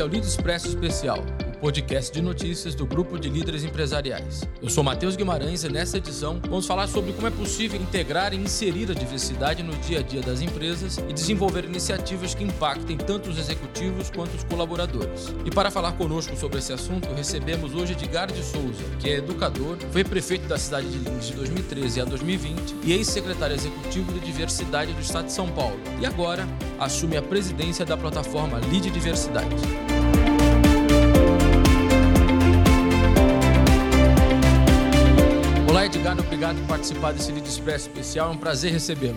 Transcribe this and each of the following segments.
Esse é o Lead Expresso Especial, o podcast de notícias do Grupo de Líderes Empresariais. Eu sou Matheus Guimarães e nessa edição vamos falar sobre como é possível integrar e inserir a diversidade no dia a dia das empresas e desenvolver iniciativas que impactem tanto os executivos quanto os colaboradores. E para falar conosco sobre esse assunto, recebemos hoje Edgar de Souza, que é educador, foi prefeito da cidade de Lins de 2013 a 2020 e ex-secretário executivo de Diversidade do Estado de São Paulo. E agora assume a presidência da plataforma Lead Diversidade. Olá, Edgar, obrigado por participar desse Lead Expresso especial. É um prazer recebê-lo.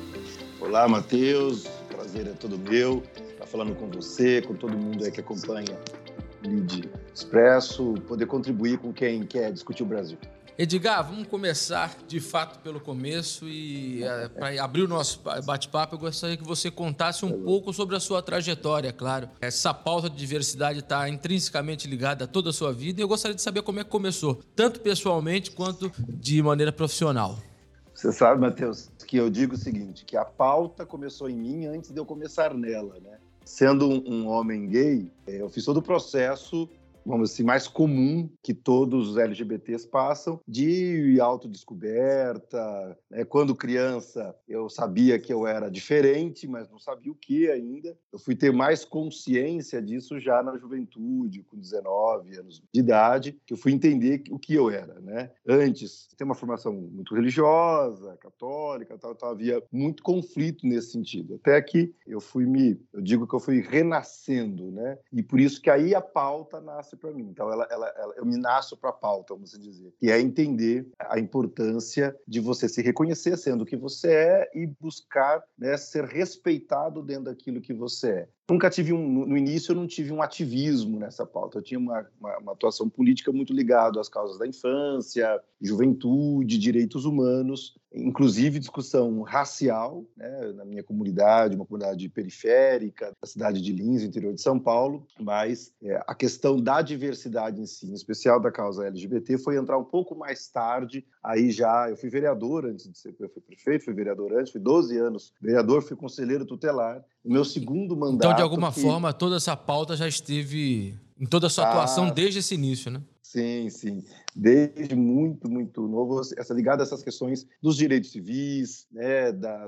Olá, Matheus. O prazer é todo meu. Estar falando com você, com todo mundo aí que acompanha o Lead Expresso, poder contribuir com quem quer discutir o Brasil. Edgar, vamos começar de fato pelo começo e para abrir o nosso bate-papo, eu gostaria que você contasse um pouco sobre a sua trajetória, claro. Essa pauta de diversidade está intrinsecamente ligada a toda a sua vida e eu gostaria de saber como é que começou, tanto pessoalmente quanto de maneira profissional. Você sabe, Matheus, que eu digo o seguinte, que a pauta começou em mim antes de eu começar nela, né? Sendo um homem gay, eu fiz todo o processo, vamos dizer, mais comum que todos os LGBTs passam, de autodescoberta. Quando criança, eu sabia que eu era diferente, mas não sabia o que ainda. Eu fui ter mais consciência disso já na juventude, com 19 anos de idade, que eu fui entender o que eu era, né? Antes, tem uma formação muito religiosa, católica, tal, havia muito conflito nesse sentido. Até que eu digo que eu fui renascendo, né? E por isso que aí a pauta nasce para mim. Então, eu me nasço para a pauta, vamos dizer. E é entender a importância de você se reconhecer sendo o que você é e buscar, né, ser respeitado dentro daquilo que você é. Nunca tive no início eu não tive um ativismo nessa pauta. Eu tinha uma atuação política muito ligada às causas da infância, juventude, direitos humanos, inclusive discussão racial, né, na minha comunidade, uma comunidade periférica, da cidade de Lins, interior de São Paulo, mas a questão da diversidade em si, em especial da causa LGBT, foi entrar um pouco mais tarde. Aí já eu fui vereador antes de ser prefeito, fui vereador antes, fui 12 anos vereador, fui conselheiro tutelar. O meu segundo mandato... Então, de alguma forma, toda essa pauta já esteve em toda a sua atuação desde esse início, né? Sim, sim. Desde muito, muito novo, ligada a essas questões dos direitos civis, né,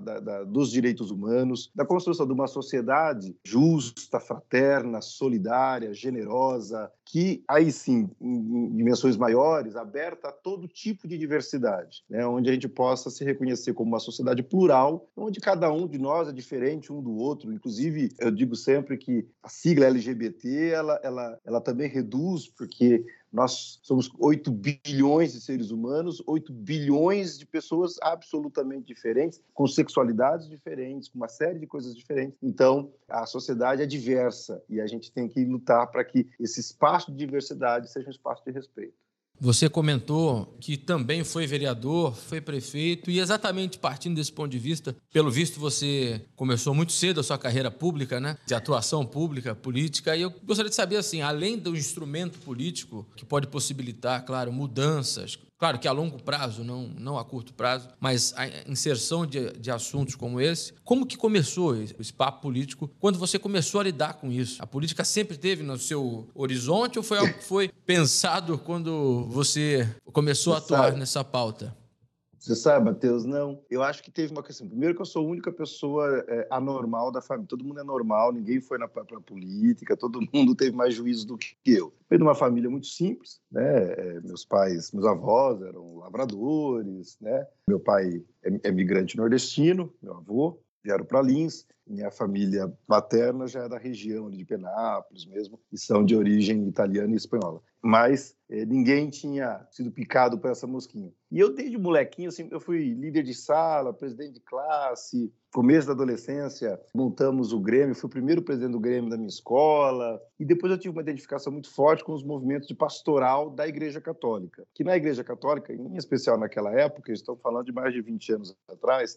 dos direitos humanos, da construção de uma sociedade justa, fraterna, solidária, generosa, que, aí sim, em dimensões maiores, aberta a todo tipo de diversidade, né, onde a gente possa se reconhecer como uma sociedade plural, onde cada um de nós é diferente um do outro. Inclusive, eu digo sempre que a sigla LGBT, ela também reduz, porque nós somos 8 bilhões de seres humanos, 8 bilhões de pessoas absolutamente diferentes, com sexualidades diferentes, com uma série de coisas diferentes. Então, a sociedade é diversa e a gente tem que lutar para que esse espaço de diversidade seja um espaço de respeito. Você comentou que também foi vereador, foi prefeito, e exatamente partindo desse ponto de vista, pelo visto você começou muito cedo a sua carreira pública, né? De atuação pública, política, e eu gostaria de saber, assim, além do instrumento político, que pode possibilitar, claro, mudanças, claro que a longo prazo, não a curto prazo, mas a inserção de assuntos como esse, como que começou esse papo político, quando você começou a lidar com isso? A política sempre esteve no seu horizonte ou foi algo que foi pensado quando você começou a atuar nessa pauta? Você sabe, Matheus, não. Eu acho que teve uma questão. Primeiro que eu sou a única pessoa anormal da família. Todo mundo é normal, ninguém foi para a política, todo mundo teve mais juízo do que eu. Veio de uma família muito simples, né? Meus avós eram lavradores, né? Meu pai é migrante nordestino, meu avô, vieram para Lins. Minha família materna já é da região de Penápolis mesmo, e são de origem italiana e espanhola. Mas ninguém tinha sido picado por essa mosquinha. E eu, desde molequinho, assim, eu fui líder de sala, presidente de classe. Começo da adolescência, montamos o Grêmio, fui o primeiro presidente do Grêmio da minha escola. E depois eu tive uma identificação muito forte com os movimentos de pastoral da Igreja Católica. Que na Igreja Católica, em especial naquela época, estão falando de mais de 20 anos atrás, tá?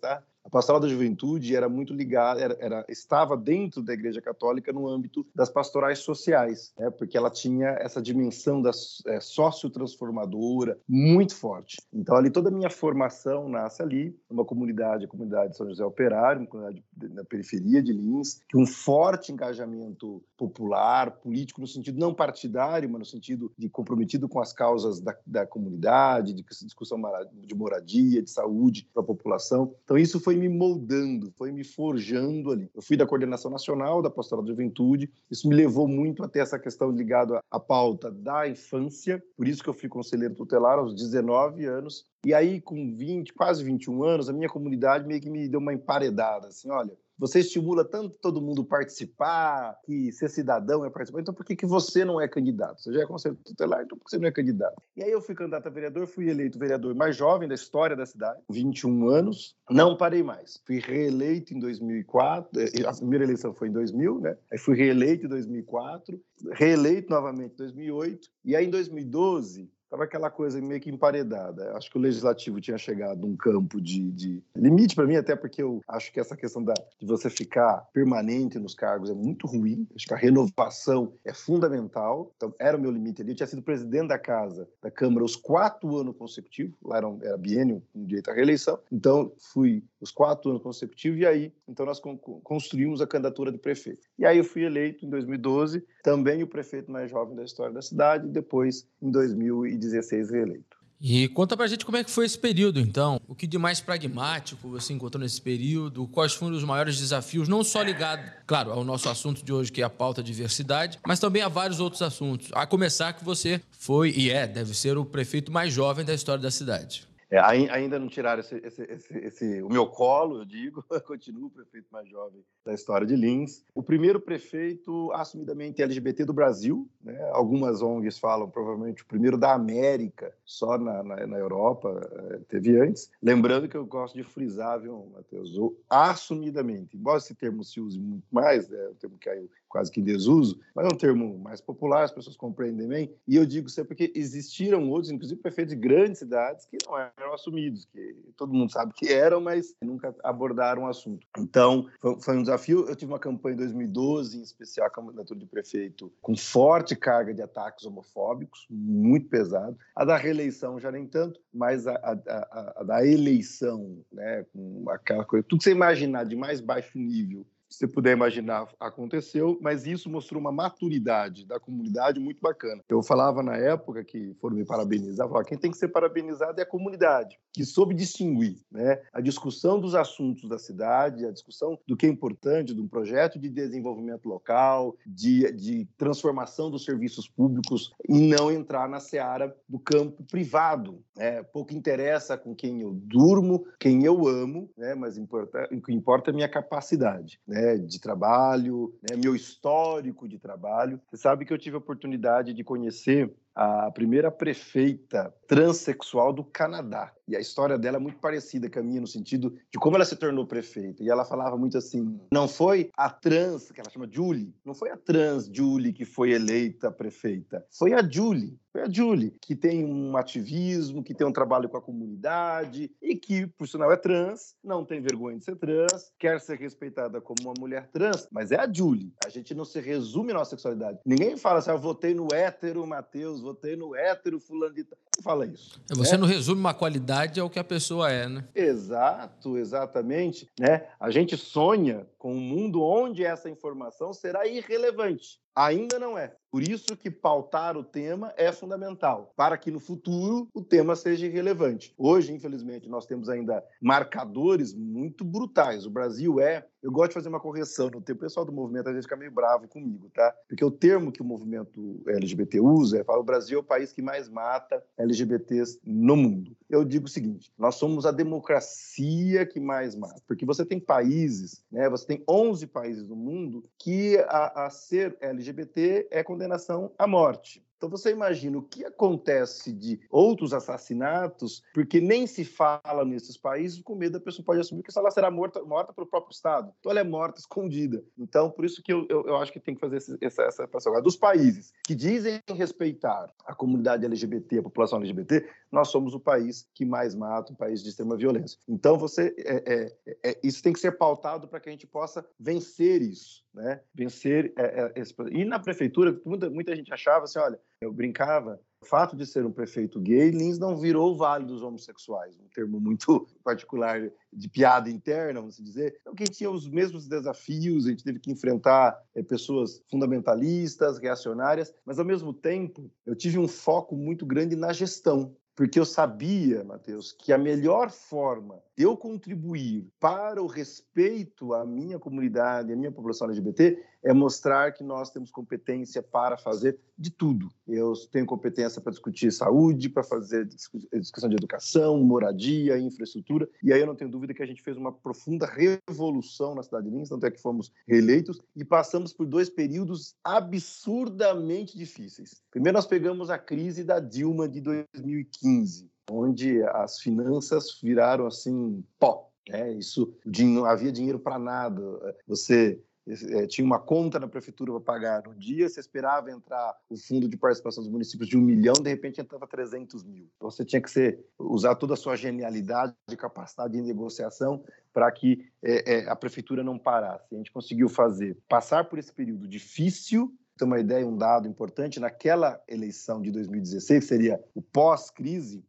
A Pastoral da Juventude era muito ligada, estava dentro da Igreja Católica no âmbito das pastorais sociais, né? Porque ela tinha essa dimensão sociotransformadora muito forte. Então, ali toda a minha formação nasce ali, a comunidade de São José Operário, uma comunidade na periferia de Lins, que um forte engajamento popular, político, no sentido não partidário, mas no sentido de comprometido com as causas da comunidade, de discussão de moradia, de saúde para a população. Então, isso foi me moldando, foi me forjando ali. Eu fui da coordenação nacional da Pastoral da Juventude, isso me levou muito até essa questão ligada à pauta da infância, por isso que eu fui conselheiro tutelar aos 19 anos, e aí com 20, quase 21 anos, a minha comunidade meio que me deu uma emparedada, assim, olha, você estimula tanto todo mundo participar, que ser cidadão é participar, então por que você não é candidato? Você já é conselheiro tutelar, então por que você não é candidato? E aí eu fui candidato a vereador, fui eleito vereador mais jovem da história da cidade, 21 anos, não parei mais. Fui reeleito em 2004, a primeira eleição foi em 2000, né? Aí fui reeleito em 2004, reeleito novamente em 2008, e aí em 2012... estava aquela coisa meio que emparedada. Acho que o Legislativo tinha chegado num campo de limite para mim, até porque eu acho que essa questão de você ficar permanente nos cargos é muito ruim. Acho que a renovação é fundamental. Então, era o meu limite ali. Eu tinha sido presidente da Casa, da Câmara, os 4 anos consecutivos. Lá era biênio, com direito à reeleição. Então, fui os 4 anos consecutivos e aí, então, nós construímos a candidatura de prefeito. E aí eu fui eleito em 2012, também o prefeito mais jovem da história da cidade, e depois, em 2016, reeleito. E conta pra gente como é que foi esse período, então. O que de mais pragmático você encontrou nesse período? Quais foram os maiores desafios, não só ligado, claro, ao nosso assunto de hoje, que é a pauta diversidade, mas também a vários outros assuntos. A começar que você foi, deve ser o prefeito mais jovem da história da cidade. Ainda não tiraram o meu colo, eu digo, eu continuo o prefeito mais jovem da história de Lins. O primeiro prefeito assumidamente LGBT do Brasil, né? Algumas ONGs falam provavelmente o primeiro da América, só na Europa teve antes. Lembrando que eu gosto de frisar, viu, Matheus, assumidamente, embora esse termo se use muito mais, é um termo que caiu quase que em desuso, mas é um termo mais popular, as pessoas compreendem bem, e eu digo sempre porque existiram outros, inclusive prefeitos de grandes cidades, que não eram assumidos, que todo mundo sabe que eram, mas nunca abordaram o assunto. Então, foi um desafio. Eu tive uma campanha em 2012, em especial a candidatura de prefeito, com forte carga de ataques homofóbicos, muito pesado. A da reeleição já nem tanto, mas a da eleição, né, com aquela coisa, tudo que você imaginar de mais baixo nível, se você puder imaginar, aconteceu, mas isso mostrou uma maturidade da comunidade muito bacana. Eu falava na época que foram me parabenizar, falava, quem tem que ser parabenizado é a comunidade, que soube distinguir, né, a discussão dos assuntos da cidade, a discussão do que é importante, de um projeto de desenvolvimento local, de transformação dos serviços públicos e não entrar na seara do campo privado. Né? Pouco interessa com quem eu durmo, quem eu amo, né, mas o que importa é a minha capacidade, né, de trabalho, né, meu histórico de trabalho. Você sabe que eu tive a oportunidade de conhecer a primeira prefeita transexual do Canadá. E a história dela é muito parecida com a minha, no sentido de como ela se tornou prefeita. E ela falava muito assim, não foi a trans, que ela chama Julie, não foi a trans Julie que foi eleita prefeita, foi a Julie. Foi a Julie, que tem um ativismo, que tem um trabalho com a comunidade e que, por sinal, é trans, não tem vergonha de ser trans, quer ser respeitada como uma mulher trans, mas é a Julie. A gente não se resume à nossa sexualidade. Ninguém fala assim, eu votei no hétero Matheus, votei no hétero fulano de tal. Não fala isso. Você não resume uma qualidade ao que a pessoa é, né? Exato, exatamente. Né? A gente sonha com um mundo onde essa informação será irrelevante. Ainda não é. Por isso que pautar o tema é fundamental, para que no futuro o tema seja relevante. Hoje, infelizmente, nós temos ainda marcadores muito brutais. O Brasil eu gosto de fazer uma correção no tempo. O pessoal do movimento às vezes fica meio bravo comigo, tá? Porque o termo que o movimento LGBT usa fala o Brasil é o país que mais mata LGBTs no mundo. Eu digo o seguinte, nós somos a democracia que mais mata, porque você tem países, né? Você tem 11 países no mundo que a ser LGBT é condenação à morte. Então você imagina o que acontece de outros assassinatos, porque nem se fala nesses países, com medo da pessoa pode assumir que ela será morta pelo próprio Estado. Então ela é morta escondida. Então por isso que eu acho que tem que fazer essa separação. Dos países que dizem respeitar a comunidade LGBT, a população LGBT, nós somos o país que mais mata, um país de extrema violência. Então, isso tem que ser pautado para que a gente possa vencer isso, né? Vencer esse... E na prefeitura, muita gente achava assim, olha, eu brincava, o fato de ser um prefeito gay, Lins não virou o Vale dos Homossexuais, um termo muito particular de piada interna, vamos dizer. Então, quem tinha os mesmos desafios, a gente teve que enfrentar pessoas fundamentalistas, reacionárias, mas, ao mesmo tempo, eu tive um foco muito grande na gestão. Porque eu sabia, Matheus, que a melhor forma de eu contribuir para o respeito à minha comunidade, à minha população LGBT, é mostrar que nós temos competência para fazer de tudo. Eu tenho competência para discutir saúde, para fazer discussão de educação, moradia, infraestrutura, e aí eu não tenho dúvida que a gente fez uma profunda revolução na cidade de Lins, tanto é que fomos reeleitos, e passamos por 2 períodos absurdamente difíceis. Primeiro, nós pegamos a crise da Dilma de 2015, onde as finanças viraram assim, pó. Não havia dinheiro para nada. Você tinha uma conta na prefeitura para pagar no dia, você esperava entrar o fundo de participação dos municípios de 1 milhão, de repente entrava 300 mil. Então, você tinha que usar toda a sua genialidade e capacidade de negociação para que a prefeitura não parasse. A gente conseguiu passar por esse período difícil. Ter uma ideia, um dado importante, naquela eleição de 2016, que seria o pós-crise,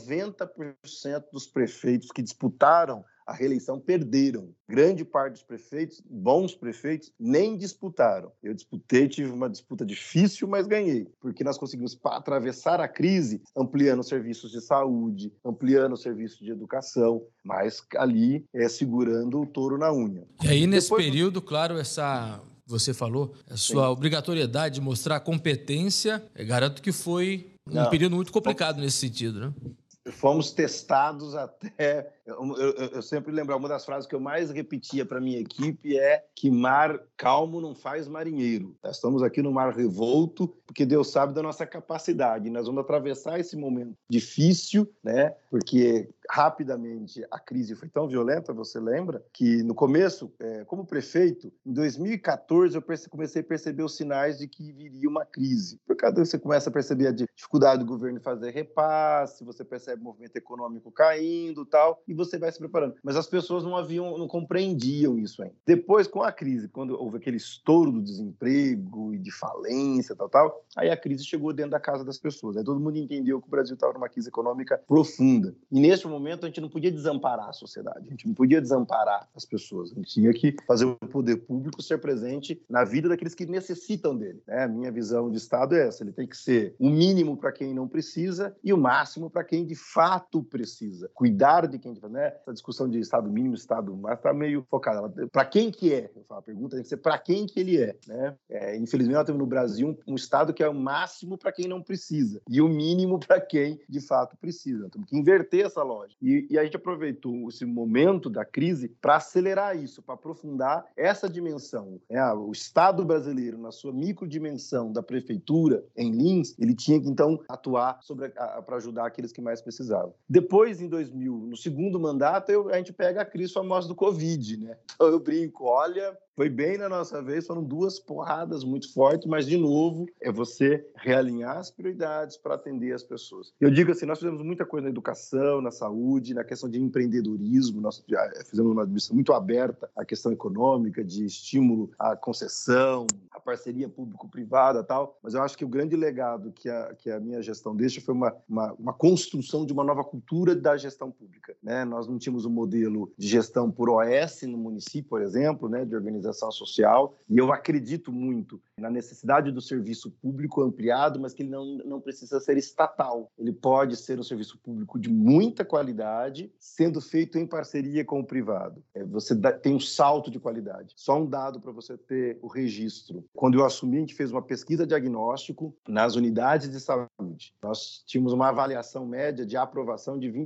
90% dos prefeitos que disputaram a reeleição perderam. Grande parte dos prefeitos, bons prefeitos, nem disputaram. Eu disputei, tive uma disputa difícil, mas ganhei, porque nós conseguimos atravessar a crise ampliando os serviços de saúde, ampliando os serviços de educação, mas ali segurando o touro na unha. E aí, nesse período, claro, você falou, a sua obrigatoriedade de mostrar competência, garanto que foi um período muito complicado nesse sentido, né? Fomos testados até... Eu sempre lembro, uma das frases que eu mais repetia para minha equipe é que mar calmo não faz marinheiro. Nós estamos aqui no mar revolto, porque Deus sabe da nossa capacidade. Nós vamos atravessar esse momento difícil, né? Porque rapidamente a crise foi tão violenta, você lembra, que no começo, como prefeito, em 2014 eu comecei a perceber os sinais de que viria uma crise. Por causa você começa a perceber a dificuldade do governo em fazer repasse, você percebe o movimento econômico caindo e tal, e você vai se preparando. Mas as pessoas não compreendiam isso ainda. Depois, com a crise, quando houve aquele estouro do desemprego e de falência, tal, aí a crise chegou dentro da casa das pessoas. Aí todo mundo entendeu que o Brasil estava numa crise econômica profunda. E neste momento a gente não podia desamparar a sociedade, a gente não podia desamparar as pessoas. A gente tinha que fazer o poder público ser presente na vida daqueles que necessitam dele. A minha visão de Estado é essa, ele tem que ser o mínimo para quem não precisa e o máximo para quem de fato precisa. Cuidar de quem... Essa discussão de Estado mínimo, Estado máximo está meio focada. Para quem que é? Eu falo, a pergunta tem que ser para quem que ele é, né? Infelizmente, nós temos no Brasil um Estado que é o máximo para quem não precisa e o mínimo para quem de fato precisa. Temos que inverter essa lógica. E a gente aproveitou esse momento da crise para acelerar isso, para aprofundar essa dimensão. O Estado brasileiro, na sua microdimensão da prefeitura em Lins, ele tinha que, então, atuar para ajudar aqueles que mais precisavam. Depois, em 2000, no segundo mandato, a gente pega a crise famosa do Covid, né? Então eu brinco, olha, foi bem na nossa vez, foram 2 porradas muito fortes, mas, de novo, é você realinhar as prioridades para atender as pessoas. Eu digo assim, nós fizemos muita coisa na educação, na saúde, na questão de empreendedorismo, nós fizemos uma administração muito aberta à questão econômica, de estímulo à concessão, à parceria público-privada e tal, mas eu acho que o grande legado que a minha gestão deixa foi uma construção de uma nova cultura da gestão pública, né? Nós não tínhamos um modelo de gestão por OS no município, por exemplo, né, de organização social, e eu acredito muito na necessidade do serviço público ampliado, mas que ele não precisa ser estatal. Ele pode ser um serviço público de muita qualidade, sendo feito em parceria com o privado. Você tem um salto de qualidade. Só um dado para você ter o registro. Quando eu assumi, a gente fez uma pesquisa diagnóstico nas unidades de saúde. Nós tínhamos uma avaliação média de aprovação de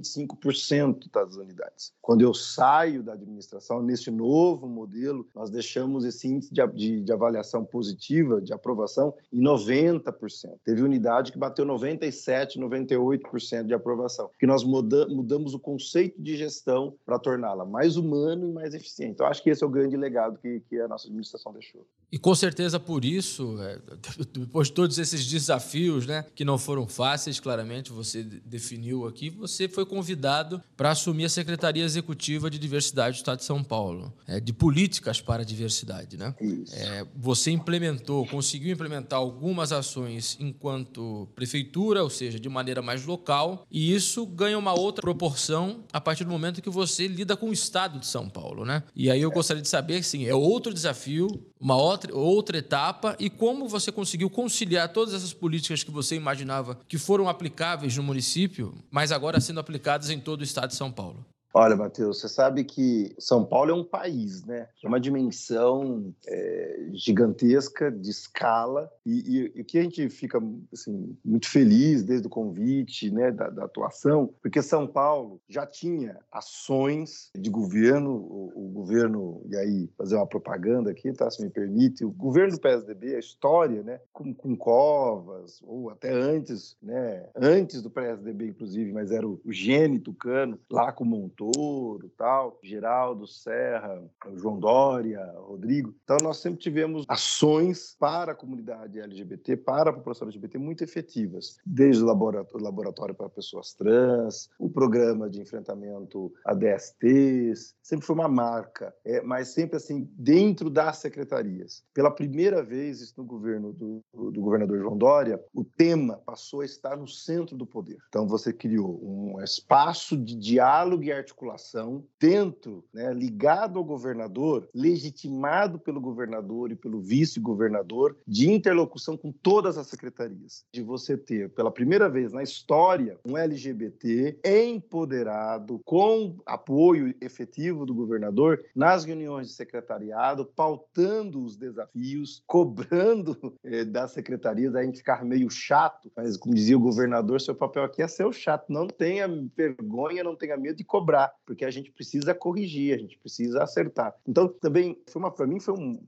25% das unidades. Quando eu saio da administração, nesse novo modelo, nós deixamos esse índice de avaliação positiva, de aprovação, em 90%. Teve unidade que bateu 97%, 98% de aprovação. Porque nós mudamos o conceito de gestão para torná-la mais humana e mais eficiente. Então, acho que esse é o grande legado que a nossa administração deixou. E com certeza por isso, depois de todos esses desafios, né, que não foram fáceis, claramente você definiu aqui, você foi convidado para assumir a Secretaria Executiva de Diversidade do Estado de São Paulo, de políticas para a diversidade, né? Isso. Você conseguiu implementar algumas ações enquanto prefeitura, ou seja, de maneira mais local, e isso ganha uma outra proporção a partir do momento que você lida com o Estado de São Paulo, né? E aí eu gostaria de saber, sim, é outro desafio, uma outra etapa, e como você conseguiu conciliar todas essas políticas que você imaginava que foram aplicáveis no município, mas agora sendo aplicadas em todo o estado de São Paulo. Olha, Matheus, você sabe que São Paulo é um país, né? É uma dimensão gigantesca, de escala, e o que a gente fica assim, muito feliz desde o convite, né, da atuação, porque São Paulo já tinha ações de governo, o governo, e aí fazer uma propaganda aqui, tá, se me permite, o governo do PSDB, a história, né, com Covas, ou até antes, né, antes do PSDB, inclusive, mas era o Gene Tucano, lá com Montoro, tal, Geraldo, Serra, João Dória, Rodrigo. Então, nós sempre tivemos ações para a comunidade LGBT, para a população LGBT muito efetivas, desde o laboratório para pessoas trans, o programa de enfrentamento a DSTs, sempre foi uma marca, mas sempre assim, dentro das secretarias. Pela primeira vez, isso no governo do governador João Dória, o tema passou a estar no centro do poder. Então, você criou um espaço de diálogo e articulação dentro, né, ligado ao governador, legitimado pelo governador e pelo vice-governador, de interlocução com todas as secretarias. De você ter, pela primeira vez na história, um LGBT empoderado, com apoio efetivo do governador, nas reuniões de secretariado, pautando os desafios, cobrando das secretarias, a gente ficar meio chato, mas como dizia o governador, seu papel aqui é ser o chato, não tenha vergonha, não tenha medo de cobrar, porque a gente precisa corrigir, a gente precisa acertar. Então, também, para mim, foi um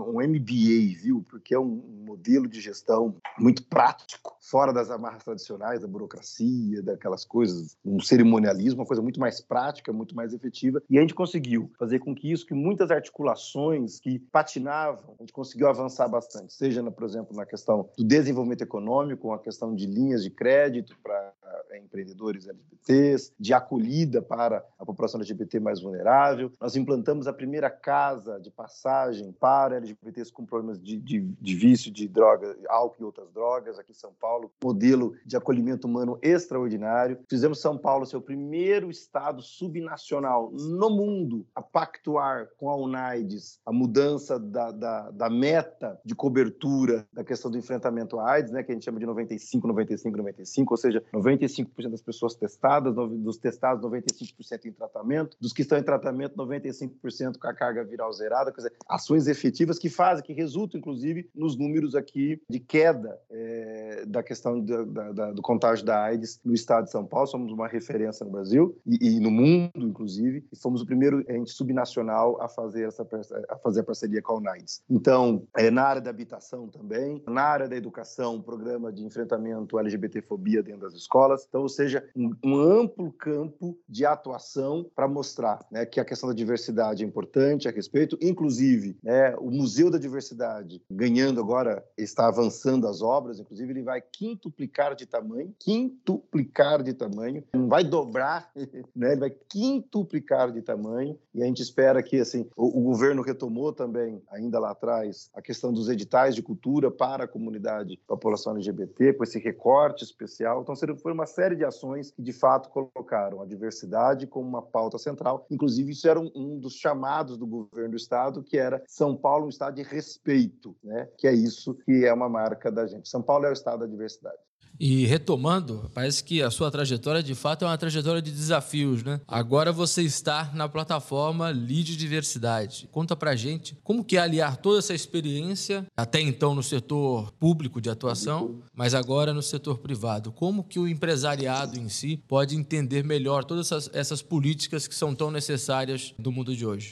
MBA, viu? Porque é um modelo de gestão muito prático, fora das amarras tradicionais, da burocracia, daquelas coisas, um cerimonialismo, uma coisa muito mais prática, muito mais efetiva, e a gente conseguiu fazer com que isso, que muitas articulações que patinavam, a gente conseguiu avançar bastante, seja, por exemplo, na questão do desenvolvimento econômico, a questão de linhas de crédito para empreendedores LGBTs, de acolhida para a população LGBT mais vulnerável. Nós implantamos a primeira casa de passagem para LGBTs com problemas de vício de droga, álcool e outras drogas, aqui em São Paulo, modelo de acolhimento humano extraordinário. Fizemos São Paulo ser o primeiro estado subnacional no mundo a pactuar com a UNAIDS a mudança da meta de cobertura da questão do enfrentamento à AIDS, né, que a gente chama de 95, 95, 95, ou seja, 95% das pessoas testadas, dos testados, 95% em tratamento, dos que estão em tratamento, 95% com a carga viral zerada, quer dizer, ações efetivas que que resultam, inclusive, nos números aqui de queda da questão do contágio da AIDS no estado de São Paulo. Somos uma referência no Brasil e no mundo, inclusive, e fomos o primeiro ente subnacional a fazer a parceria com a UNAIDS. Então, na área da habitação também, na área da educação, um programa de enfrentamento à LGBTfobia dentro das escolas. Então, ou seja, um amplo campo de atuação para mostrar, né, que a questão da diversidade é importante a respeito, inclusive, né, o Museu da Diversidade, ganhando agora, está avançando as obras, inclusive ele vai quintuplicar de tamanho, não vai dobrar, né, ele vai quintuplicar de tamanho, e a gente espera que, assim, o governo retomou também, ainda lá atrás, a questão dos editais de cultura para a comunidade, a população LGBT, com esse recorte especial. Então, foi uma série de ações que, de fato, colocaram a diversidade como uma pauta central. Inclusive, isso era um dos chamados do governo do Estado, que era São Paulo um Estado de respeito, né? Que é isso que é uma marca da gente. São Paulo é o Estado da diversidade. E retomando, parece que a sua trajetória, de fato, é uma trajetória de desafios, né? Agora você está na plataforma Lide Diversidade. Conta pra gente como que é aliar toda essa experiência, até então no setor público de atuação, mas agora no setor privado. Como que o empresariado em si pode entender melhor todas essas políticas que são tão necessárias no mundo de hoje?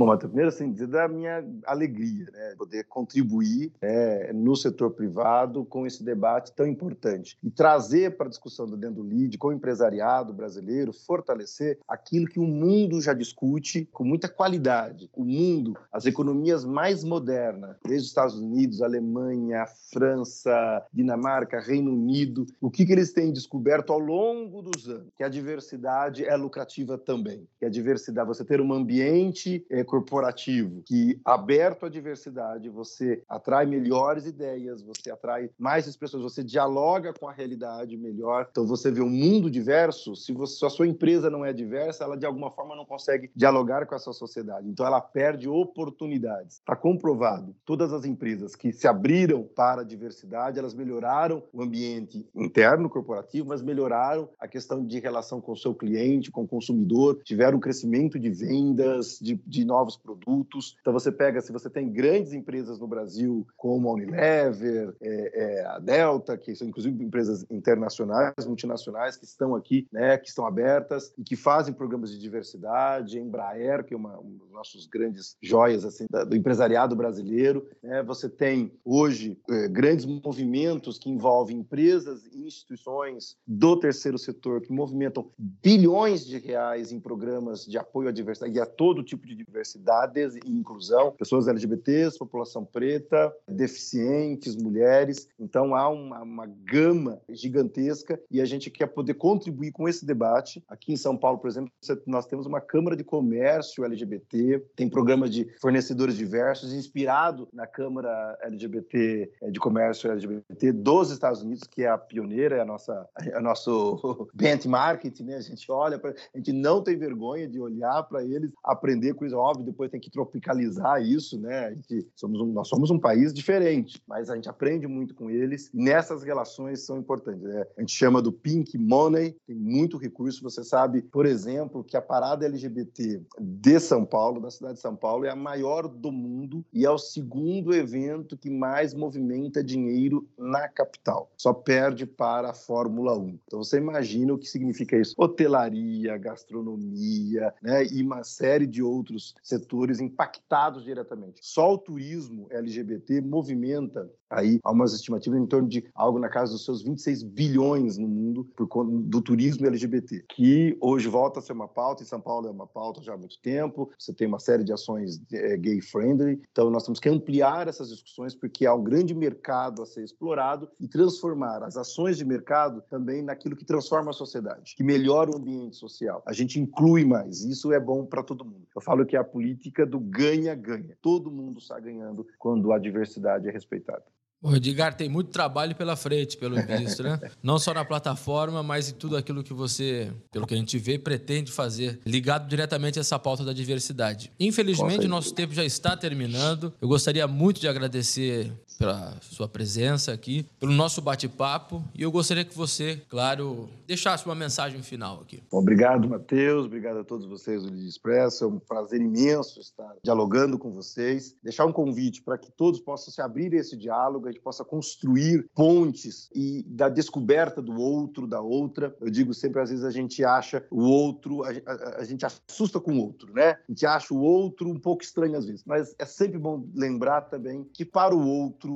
Bom, Matheus, primeiro, assim, dizer da minha alegria, né, poder contribuir no setor privado com esse debate tão importante e trazer para a discussão do Dentro do Lead com o empresariado brasileiro, fortalecer aquilo que o mundo já discute com muita qualidade. O mundo, as economias mais modernas, desde os Estados Unidos, Alemanha, França, Dinamarca, Reino Unido, o que eles têm descoberto ao longo dos anos? Que a diversidade é lucrativa também. Que a diversidade, você ter um ambiente corporativo que, aberto à diversidade, você atrai melhores ideias, você atrai mais pessoas, você dialoga com a realidade melhor. Então, você vê um mundo diverso. Se a sua empresa não é diversa, ela, de alguma forma, não consegue dialogar com a sua sociedade. Então, ela perde oportunidades. Está comprovado. Todas as empresas que se abriram para a diversidade, elas melhoraram o ambiente interno corporativo, mas melhoraram a questão de relação com o seu cliente, com o consumidor, tiveram um crescimento de vendas, de novos produtos. Então, se você tem grandes empresas no Brasil, como a Unilever, a Delta, que são inclusive empresas internacionais, multinacionais, que estão aqui, né, que estão abertas e que fazem programas de diversidade, a Embraer, que é uma dos nossos grandes joias assim, do empresariado brasileiro, né? Você tem hoje grandes movimentos que envolvem empresas e instituições do terceiro setor que movimentam bilhões de reais em programas de apoio à diversidade e a todo tipo de diversidades e inclusão, pessoas LGBTs, população preta, deficientes, mulheres. Então, há uma gama gigantesca e a gente quer poder contribuir com esse debate. Aqui em São Paulo, por exemplo, nós temos uma Câmara de Comércio LGBT, tem programas de fornecedores diversos, inspirado na Câmara LGBT, de Comércio LGBT dos Estados Unidos, que é a pioneira, é o nosso benchmark, né? A gente não tem vergonha de olhar para eles, aprender com isso, óbvio, depois tem que tropicalizar isso, né? Nós somos um país diferente, mas a gente aprende muito com eles e nessas relações são importantes, né? A gente chama do Pink Money, tem muito recurso. Você sabe, por exemplo, que a parada LGBT de São Paulo, da cidade de São Paulo, é a maior do mundo e é o segundo evento que mais movimenta dinheiro na capital. Só perde para a Fórmula 1. Então você imagina o que significa isso. Hotelaria, gastronomia, né, e uma série de outros setores impactados diretamente. Só o turismo LGBT movimenta aí há umas estimativas em torno de algo na casa dos seus 26 bilhões no mundo por conta do turismo LGBT, que hoje volta a ser uma pauta. Em São Paulo é uma pauta já há muito tempo. Você tem uma série de ações gay-friendly. Então, nós temos que ampliar essas discussões porque há um grande mercado a ser explorado e transformar as ações de mercado também naquilo que transforma a sociedade, que melhora o ambiente social. A gente inclui mais. Isso é bom para todo mundo. Eu falo que é a política do ganha-ganha. Todo mundo está ganhando quando a diversidade é respeitada. O Edgar tem muito trabalho pela frente, pelo visto, né? Não só na plataforma, mas em tudo aquilo que você, pelo que a gente vê, pretende fazer, ligado diretamente a essa pauta da diversidade. Infelizmente, o nosso tempo já está terminando. Eu gostaria muito de agradecer pela sua presença aqui, pelo nosso bate-papo, e eu gostaria que você, claro, deixasse uma mensagem final aqui. Obrigado, Matheus. Obrigado a todos vocês do Lead Expresso. É um prazer imenso estar dialogando com vocês. Deixar um convite para que todos possam se abrir a esse diálogo, a gente possa construir pontes e da descoberta do outro, da outra. Eu digo sempre, às vezes a gente acha o outro, a gente assusta com o outro, né? A gente acha o outro um pouco estranho às vezes, mas é sempre bom lembrar também que para o outro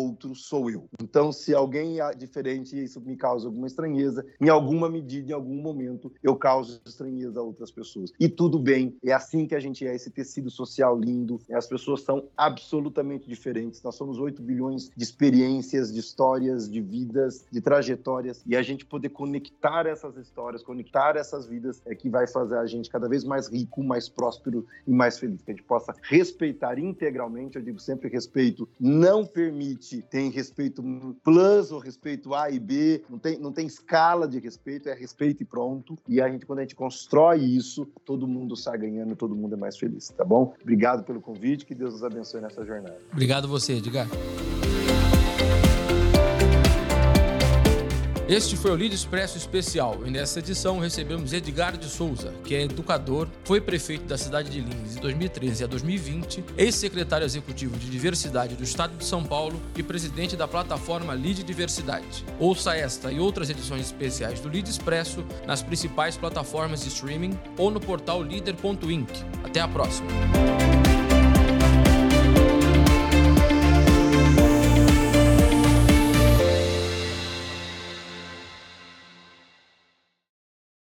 sou eu. Então, se alguém é diferente, isso me causa alguma estranheza, em alguma medida, em algum momento, eu causo estranheza a outras pessoas. E tudo bem, é assim que a gente é, esse tecido social lindo, as pessoas são absolutamente diferentes, nós somos 8 bilhões de experiências, de histórias, de vidas, de trajetórias, e a gente poder conectar essas histórias, conectar essas vidas é que vai fazer a gente cada vez mais rico, mais próspero e mais feliz, que a gente possa respeitar integralmente. Eu digo sempre, respeito não permite, tem respeito plus ou respeito A e B, não tem escala de respeito, é respeito e pronto. E quando a gente constrói isso, todo mundo sai ganhando, todo mundo é mais feliz, tá bom? Obrigado pelo convite, que Deus nos abençoe nessa jornada. Obrigado você, Edgar. Este foi o Lead Expresso Especial e nessa edição recebemos Edgar de Souza, que é educador, foi prefeito da cidade de Lins de 2013 a 2020, ex-secretário executivo de Diversidade do Estado de São Paulo e presidente da plataforma Lead Diversidade. Ouça esta e outras edições especiais do Lead Expresso nas principais plataformas de streaming ou no portal líder.inc. Até a próxima!